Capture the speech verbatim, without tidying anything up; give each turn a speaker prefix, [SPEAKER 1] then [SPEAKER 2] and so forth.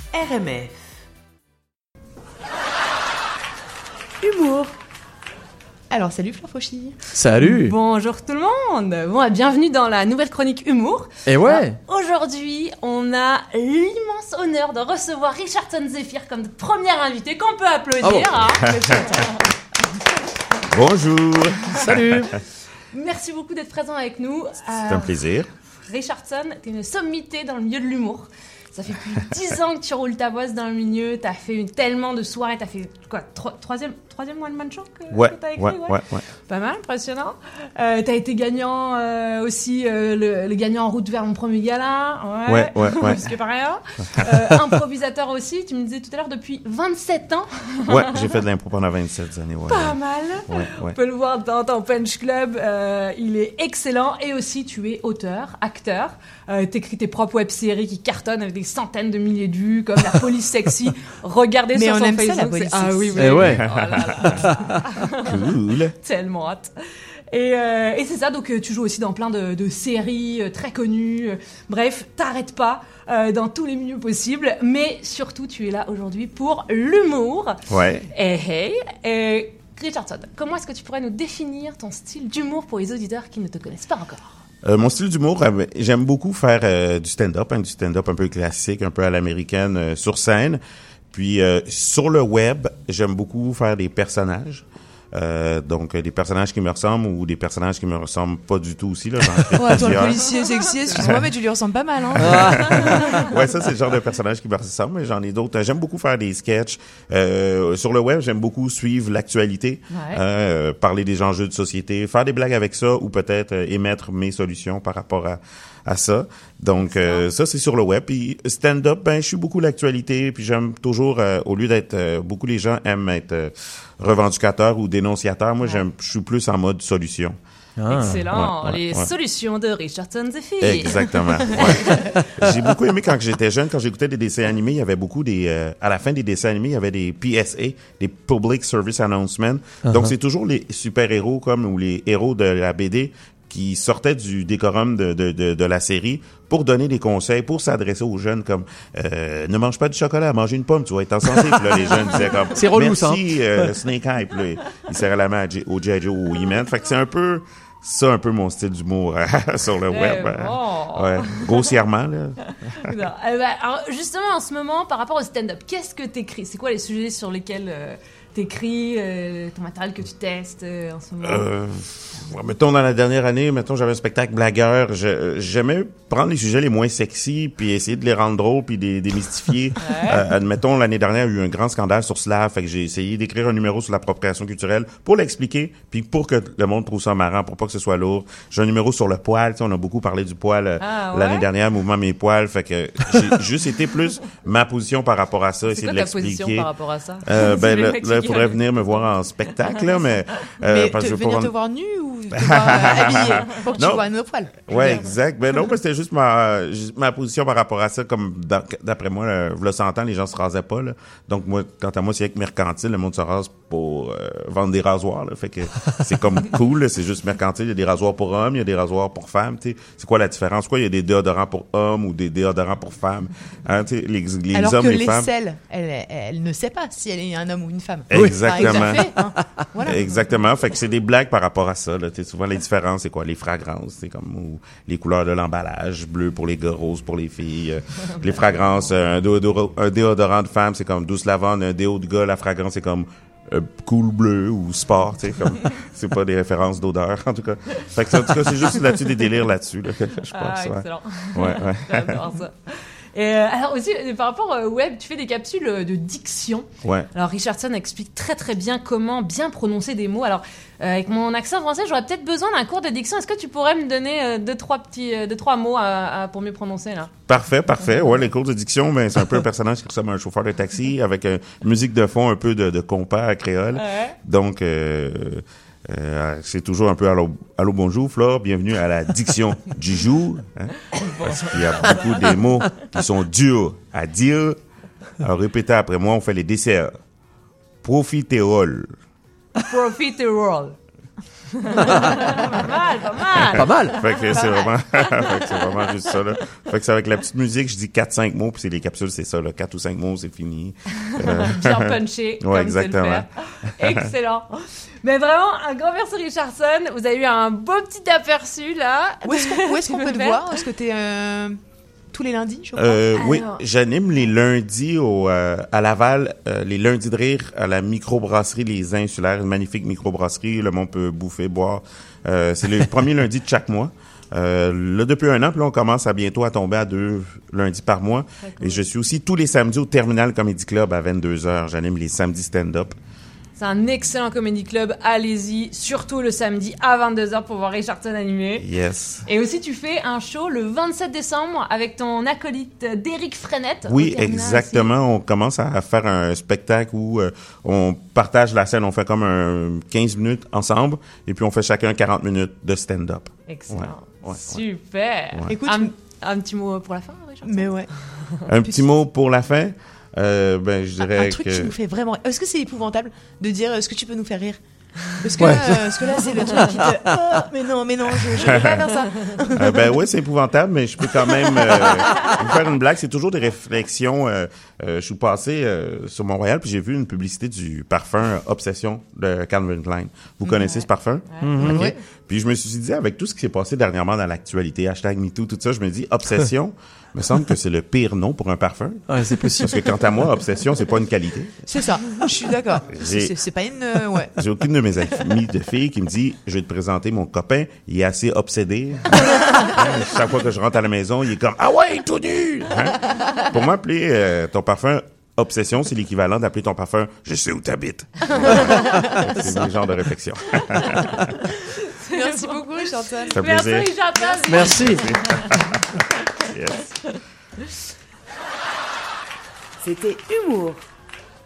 [SPEAKER 1] R M F. Humour. Alors, salut Fleur Fauchy.
[SPEAKER 2] Salut.
[SPEAKER 3] Bonjour tout le monde. Bon, bienvenue dans la nouvelle chronique Humour.
[SPEAKER 2] Et ouais.
[SPEAKER 3] Alors, aujourd'hui, on a l'immense honneur de recevoir Richardson Zephyr comme première invitée qu'on peut applaudir.
[SPEAKER 2] Ah bon.
[SPEAKER 3] Hein.
[SPEAKER 4] Bonjour.
[SPEAKER 2] Salut.
[SPEAKER 3] Merci beaucoup d'être présent avec nous.
[SPEAKER 4] C'est euh, un plaisir.
[SPEAKER 3] Richardson, t'es une sommité dans le milieu de l'humour. Ça fait plus de dix ans que tu roules ta bosse dans le milieu, t'as fait une, tellement de soirées, t'as fait quoi, tro- troisième, troisième one man show que,
[SPEAKER 4] ouais,
[SPEAKER 3] que t'as écrit,
[SPEAKER 4] ouais,
[SPEAKER 3] ouais,
[SPEAKER 4] ouais, ouais.
[SPEAKER 3] Pas mal, impressionnant. Euh, t'as été gagnant euh, aussi, euh, le, le gagnant en route vers mon premier gala. Ouais,
[SPEAKER 4] ouais, ouais. ouais.
[SPEAKER 3] Parce que par ailleurs, euh, improvisateur aussi, tu me disais tout à l'heure, depuis vingt-sept ans.
[SPEAKER 4] Ouais, j'ai fait de l'impro pendant vingt-sept années. Ouais.
[SPEAKER 3] Pas mal.
[SPEAKER 4] Ouais, ouais.
[SPEAKER 3] On peut le voir dans ton Punch Club, euh, il est excellent. Et aussi, tu es auteur, acteur. Euh, t'écris tes propres web-séries qui cartonnent avec des centaines de milliers de vues, comme La Police Sexy. Regardez
[SPEAKER 1] Mais
[SPEAKER 3] sur
[SPEAKER 1] on
[SPEAKER 3] son
[SPEAKER 1] aime
[SPEAKER 3] Facebook.
[SPEAKER 1] ça, La Police
[SPEAKER 3] c'est... Ah oui, oui.
[SPEAKER 2] Eh ouais.
[SPEAKER 3] Oh là là.
[SPEAKER 4] Cool.
[SPEAKER 3] Tellement hâte. Et, euh, et c'est ça, donc euh, tu joues aussi dans plein de, de séries euh, très connues. Euh, bref, t'arrêtes pas euh, dans tous les milieux possibles. Mais surtout, tu es là aujourd'hui pour l'humour.
[SPEAKER 4] Ouais.
[SPEAKER 3] Et hey, et Richardson, comment est-ce que tu pourrais nous définir ton style d'humour pour les auditeurs qui ne te connaissent pas encore?
[SPEAKER 4] Euh, mon style d'humour, euh, j'aime beaucoup faire euh, du stand-up, hein, du stand-up un peu classique, un peu à l'américaine, euh, sur scène. Puis euh, sur le web, j'aime beaucoup faire des personnages. Euh, donc euh, des personnages qui me ressemblent ou des personnages qui me ressemblent pas du tout aussi là. J'en
[SPEAKER 1] Ouais, toi le policier sexy, excuse-moi, mais tu lui ressembles pas mal, hein.
[SPEAKER 4] Ouais, ça c'est le genre de personnage qui me ressemble, mais j'en ai d'autres. J'aime beaucoup faire des sketchs euh, sur le web. J'aime beaucoup suivre l'actualité,
[SPEAKER 3] Ouais.
[SPEAKER 4] euh, parler des enjeux de société, faire des blagues avec ça ou peut-être euh, émettre mes solutions par rapport à à ça. Donc euh, ça c'est sur le web. Puis stand-up, ben je suis beaucoup l'actualité. Puis j'aime toujours euh, au lieu d'être euh, beaucoup les gens aiment être euh, revendicateurs ou dénonciateurs. Moi
[SPEAKER 3] Ouais.
[SPEAKER 4] j'aime, je suis plus en mode solution.
[SPEAKER 2] Ah.
[SPEAKER 3] Excellent,
[SPEAKER 4] ouais, ouais,
[SPEAKER 3] les
[SPEAKER 4] ouais.
[SPEAKER 3] solutions de Richardson Zephyr.
[SPEAKER 4] Exactement. Ouais. J'ai beaucoup aimé quand j'étais jeune, quand j'écoutais des dessins animés, il y avait beaucoup des euh, à la fin des dessins animés, il y avait des P S A, des Public Service Announcements.
[SPEAKER 2] Uh-huh.
[SPEAKER 4] Donc c'est toujours les super-héros comme ou les héros de la B D qui sortaient du décorum de, de, de, de la série pour donner des conseils, pour s'adresser aux jeunes comme euh, ne mange pas du chocolat, mange une pomme, tu vas être en santé. Puis là, les jeunes disaient comme
[SPEAKER 2] C'est relou,
[SPEAKER 4] merci,
[SPEAKER 2] ça.
[SPEAKER 4] euh, Snake Eye. Puis là, ils serraient la main à J- au G I Joe ou au He-Man. Fait que c'est un peu ça, un peu mon style d'humour euh, sur le web.
[SPEAKER 3] Eh bon.
[SPEAKER 4] Ouais, grossièrement, là.
[SPEAKER 3] Non. Eh ben, alors, justement, en ce moment, par rapport au stand-up, qu'est-ce que t'écris? C'est quoi les sujets sur lesquels euh, t'écris, euh, ton matériel que tu testes euh, en ce moment?
[SPEAKER 4] Euh, ouais, mettons, dans la dernière année, mettons, j'avais un spectacle blagueur. Je, j'aimais prendre les sujets les moins sexy, puis essayer de les rendre drôles, puis des démystifier.
[SPEAKER 3] Ouais.
[SPEAKER 4] euh, admettons, l'année dernière, il y a eu un grand scandale sur Slav, fait que j'ai essayé d'écrire un numéro sur l'appropriation culturelle pour l'expliquer, puis pour que le monde trouve ça marrant, pour pas que ce soit lourd. J'ai un numéro sur le poil, tu sais, on a beaucoup parlé du poil euh,
[SPEAKER 3] Ah, ouais?
[SPEAKER 4] l'année dernière, mouvement mes poils, fait que j'ai juste été plus ma position par rapport à ça,
[SPEAKER 3] C'est
[SPEAKER 4] essayer
[SPEAKER 3] quoi
[SPEAKER 4] de
[SPEAKER 3] ta
[SPEAKER 4] l'expliquer.
[SPEAKER 3] position par rapport à ça?
[SPEAKER 4] Euh,
[SPEAKER 3] Tu
[SPEAKER 4] ben
[SPEAKER 3] veux
[SPEAKER 4] là,
[SPEAKER 3] m'expliquer?
[SPEAKER 4] là, il faudrait venir me voir en spectacle, là, mais... euh,
[SPEAKER 1] Mais
[SPEAKER 4] parce
[SPEAKER 1] te,
[SPEAKER 4] que je veux pas
[SPEAKER 1] venir te
[SPEAKER 4] rendre-
[SPEAKER 1] voir nu ou te voir euh, habillé pour que tu
[SPEAKER 4] Non.
[SPEAKER 1] vois nos poils.
[SPEAKER 4] Ouais, exact. Ben non, mais c'était juste ma juste ma position par rapport à ça. Comme dans- d'après moi, le, le cent ans, les gens se rasaient pas. Là. Donc moi, quant à moi, c'est avec mercantile, le monde se rase pour euh, vendre des rasoirs. Là. Fait que c'est comme cool. Là, c'est juste mercantile. Il y a des rasoirs pour hommes, il y a des rasoirs pour femmes. Tu sais, c'est quoi la différence? Quoi, il y a des déodorants pour hommes ou des déodorants pour femmes. Hein, tu sais, les, les
[SPEAKER 1] Alors
[SPEAKER 4] hommes,
[SPEAKER 1] que
[SPEAKER 4] les femmes.
[SPEAKER 1] l'aisselle, elle, elle ne sait pas si elle est un homme ou une femme.
[SPEAKER 4] Exactement.
[SPEAKER 1] Par exemple, hein. Voilà.
[SPEAKER 4] Exactement. Fait que c'est des blagues par rapport à ça. Là. Tu sais, souvent, les différences, c'est quoi? Les fragrances, c'est comme ou les couleurs de l'emballage, bleu pour les gars, rose pour les filles. Euh, les fragrances, euh, un, déodorant, un déodorant de femme, c'est comme douce lavande. Un déo de gars, la fragrance, c'est comme euh, cool bleu ou sport. Tu sais, comme c'est pas des références d'odeur, en tout cas. Fait que, en tout cas, c'est juste là-dessus des délires là-dessus, là, je pense.
[SPEAKER 3] Ah,
[SPEAKER 4] ouais.
[SPEAKER 3] excellent.
[SPEAKER 4] Ouais, ouais.
[SPEAKER 3] J'adore ça. Et euh, alors aussi, euh, par rapport au web, tu fais des capsules euh, de diction.
[SPEAKER 4] Ouais.
[SPEAKER 3] Alors Richardson explique très très bien comment bien prononcer des mots. Alors euh, avec mon accent français, j'aurais peut-être besoin d'un cours de diction. Est-ce que tu pourrais me donner euh, deux trois petits, euh, deux trois mots à, à, pour mieux prononcer là?
[SPEAKER 4] Parfait, parfait. Ouais, les cours de diction, ben, c'est un peu un personnage qui ressemble à un chauffeur de taxi avec une musique de fond un peu de, de compas à créole.
[SPEAKER 3] Ouais.
[SPEAKER 4] Donc, euh, euh, c'est toujours un peu allô, allô bonjour, Flore, bienvenue à la diction du jour. Hein, parce qu'il y a beaucoup des mots qui sont durs à dire. Alors, répétez après moi, on fait les desserts. Profiterole.
[SPEAKER 3] Profiterole. Pas mal, pas mal.
[SPEAKER 2] Pas mal.
[SPEAKER 4] Fait que c'est vraiment, fait que c'est vraiment juste ça, là. Fait que c'est avec la petite musique, je dis quatre cinq mots, puis c'est les capsules, c'est ça, là. quatre ou cinq mots, c'est fini. Euh...
[SPEAKER 3] Bien punché.
[SPEAKER 4] Ouais,
[SPEAKER 3] comme
[SPEAKER 4] exactement.
[SPEAKER 3] c'est le faire. Excellent. Mais vraiment, un grand merci Richardson. Vous avez eu un beau petit aperçu, là.
[SPEAKER 1] Où est-ce qu'on, où est-ce qu'on
[SPEAKER 3] Tu
[SPEAKER 1] peut
[SPEAKER 3] veux
[SPEAKER 1] te
[SPEAKER 3] faire
[SPEAKER 1] voir? Est-ce que t'es euh, tous les lundis, je crois?
[SPEAKER 4] Euh, oui,
[SPEAKER 3] Alors.
[SPEAKER 4] j'anime les lundis au, euh, à Laval, euh, les lundis de rire à la microbrasserie Les Insulaires, une magnifique microbrasserie, le monde peut bouffer, boire. Euh, c'est le premier lundi de chaque mois. Euh, là, depuis un an, puis là, on commence à bientôt à tomber à deux lundis par mois.
[SPEAKER 3] Cool.
[SPEAKER 4] Et je suis aussi tous les samedis au Terminal Comedy Club à vingt-deux heures. J'anime les samedis stand-up.
[SPEAKER 3] C'est un excellent comédie club. Allez-y, surtout le samedi à vingt-deux heures pour voir Richardson animer.
[SPEAKER 4] Yes.
[SPEAKER 3] Et aussi, tu fais un show le vingt-sept décembre avec ton acolyte Derek Frenette.
[SPEAKER 4] Oui,
[SPEAKER 3] au Terminal
[SPEAKER 4] exactement. On commence à faire un spectacle où euh, on partage la scène. On fait comme un quinze minutes ensemble et puis on fait chacun quarante minutes de stand-up.
[SPEAKER 3] aussi. Excellent.
[SPEAKER 4] Ouais, ouais,
[SPEAKER 3] Super.
[SPEAKER 4] Ouais.
[SPEAKER 1] Écoute,
[SPEAKER 3] Un, un petit mot pour la fin, Richardson?
[SPEAKER 1] mais ouais.
[SPEAKER 4] Un petit mot pour la fin. Euh, ben, je
[SPEAKER 1] Un,
[SPEAKER 4] dirais
[SPEAKER 1] un truc
[SPEAKER 4] que...
[SPEAKER 1] qui nous fait vraiment. Est-ce que c'est épouvantable de dire est-ce que tu peux nous faire rire? Parce que,
[SPEAKER 2] Ouais.
[SPEAKER 1] là, euh, parce que là, c'est le truc qui te. Oh, mais non, mais non, je, je vais pas faire ça.
[SPEAKER 4] Euh, ben oui, c'est épouvantable, mais je peux quand même euh, vous faire une blague. C'est toujours des réflexions. Euh, euh, je suis passé euh, sur Montréal, puis j'ai vu une publicité du parfum Obsession de Calvin Klein. Vous connaissez ce parfum?
[SPEAKER 3] Ouais.
[SPEAKER 4] OK.
[SPEAKER 1] Ouais.
[SPEAKER 4] Puis je me suis dit, avec tout ce qui s'est passé dernièrement dans l'actualité, hashtag MeToo, tout ça, je me dis, Obsession, me semble que c'est le pire nom pour un parfum.
[SPEAKER 2] Ouais, c'est possible.
[SPEAKER 4] Parce que quant à moi, Obsession, c'est pas une qualité.
[SPEAKER 1] C'est ça, je suis d'accord. C'est,
[SPEAKER 4] J'ai-
[SPEAKER 1] c'est- c'est pas une. euh, ouais.
[SPEAKER 4] J'ai aucune de mes amies de filles qui me dit, je vais te présenter mon copain, il est assez obsédé. Chaque fois que je rentre à la maison, il est comme, ah ouais, tout nu! Hein? Pour moi, appeler euh, ton parfum Obsession, c'est l'équivalent d'appeler ton parfum je sais où t'habites. C'est le genre de réflexion.
[SPEAKER 1] Merci beaucoup, Richardson.
[SPEAKER 4] Ça fait
[SPEAKER 3] Merci
[SPEAKER 4] plaisir.
[SPEAKER 3] Richardson.
[SPEAKER 2] Merci.
[SPEAKER 4] Yes.
[SPEAKER 5] C'était Humour